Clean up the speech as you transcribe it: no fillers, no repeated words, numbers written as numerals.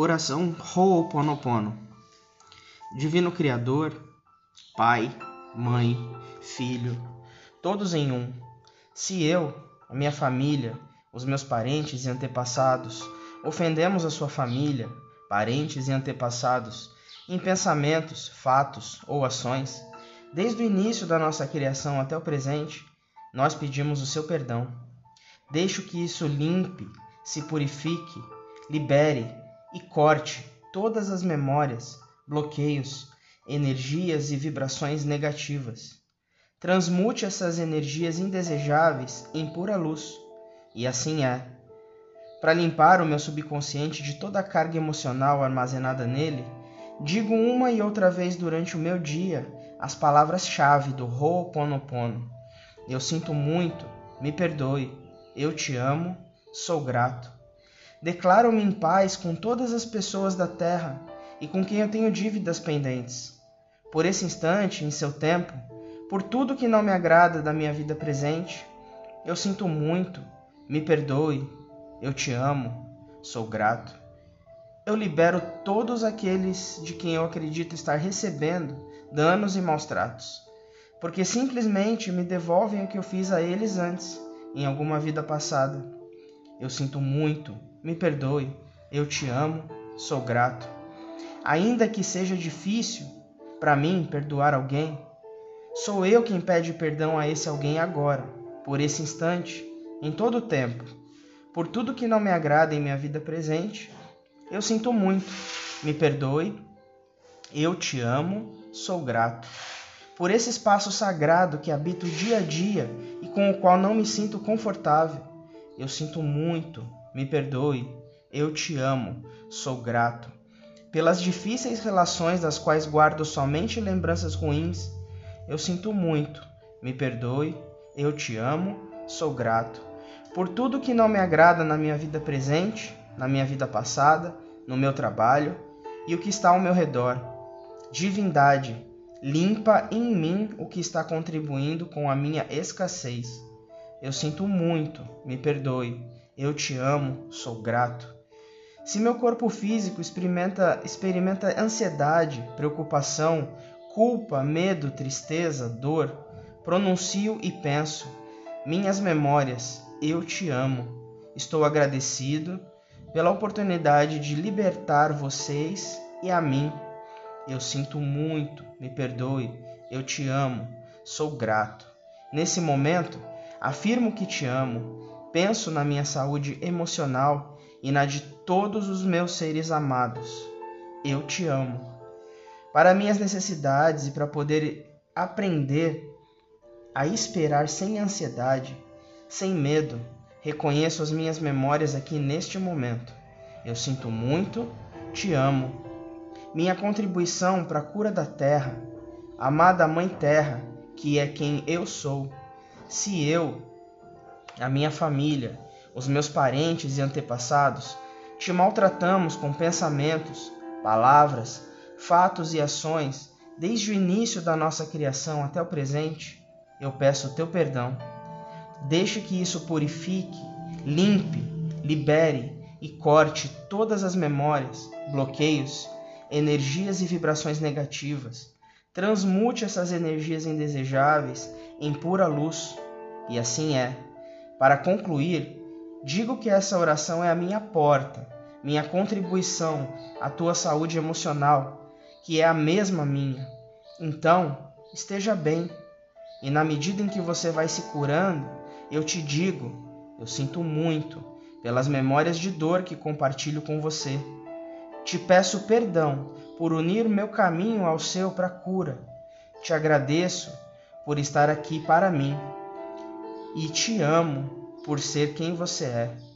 Oração Ho'oponopono. Divino Criador, Pai, Mãe, Filho, todos em um. Se eu, a minha família, os meus parentes e antepassados, ofendemos a sua família, parentes e antepassados, em pensamentos, fatos ou ações, desde o início da nossa criação até o presente, nós pedimos o seu perdão. Deixo que isso limpe, se purifique, libere e corte todas as memórias, bloqueios, energias e vibrações negativas. Transmute essas energias indesejáveis em pura luz, e assim é. Para limpar o meu subconsciente de toda a carga emocional armazenada nele, digo uma e outra vez durante o meu dia as palavras-chave do Ho'oponopono. Eu sinto muito, me perdoe, eu te amo, sou grato. Declaro-me em paz com todas as pessoas da Terra e com quem eu tenho dívidas pendentes. Por esse instante, em seu tempo, por tudo que não me agrada da minha vida presente, eu sinto muito, me perdoe, eu te amo, sou grato. Eu libero todos aqueles de quem eu acredito estar recebendo danos e maus-tratos, porque simplesmente me devolvem o que eu fiz a eles antes, em alguma vida passada. Eu sinto muito, me perdoe, eu te amo, sou grato. Ainda que seja difícil para mim perdoar alguém, sou eu quem pede perdão a esse alguém agora, por esse instante, em todo o tempo. Por tudo que não me agrada em minha vida presente, eu sinto muito, me perdoe, eu te amo, sou grato. Por esse espaço sagrado que habito dia a dia e com o qual não me sinto confortável, eu sinto muito, me perdoe, eu te amo, sou grato. Pelas difíceis relações das quais guardo somente lembranças ruins, eu sinto muito, me perdoe, eu te amo, sou grato. Por tudo que não me agrada na minha vida presente, na minha vida passada, no meu trabalho e o que está ao meu redor. Divindade, limpa em mim o que está contribuindo com a minha escassez. Eu sinto muito, me perdoe, eu te amo, sou grato. Se meu corpo físico experimenta ansiedade, preocupação, culpa, medo, tristeza, dor, pronuncio e penso, minhas memórias, eu te amo. Estou agradecido pela oportunidade de libertar vocês e a mim. Eu sinto muito, me perdoe, eu te amo, sou grato. Nesse momento, afirmo que te amo, penso na minha saúde emocional e na de todos os meus seres amados. Eu te amo. Para minhas necessidades e para poder aprender a esperar sem ansiedade, sem medo, reconheço as minhas memórias aqui neste momento. Eu sinto muito, te amo. Minha contribuição para a cura da Terra, amada Mãe Terra, que é quem eu sou. Se eu, a minha família, os meus parentes e antepassados, te maltratamos com pensamentos, palavras, fatos e ações, desde o início da nossa criação até o presente, eu peço o teu perdão. Deixe que isso purifique, limpe, libere e corte todas as memórias, bloqueios, energias e vibrações negativas. Transmute essas energias indesejáveis em pura luz. E assim é. Para concluir, digo que essa oração é a minha porta, minha contribuição à tua saúde emocional, que é a mesma minha. Então, esteja bem. E na medida em que você vai se curando, eu te digo, eu sinto muito pelas memórias de dor que compartilho com você. Te peço perdão por unir meu caminho ao seu para a cura. Te agradeço por estar aqui para mim. E te amo por ser quem você é.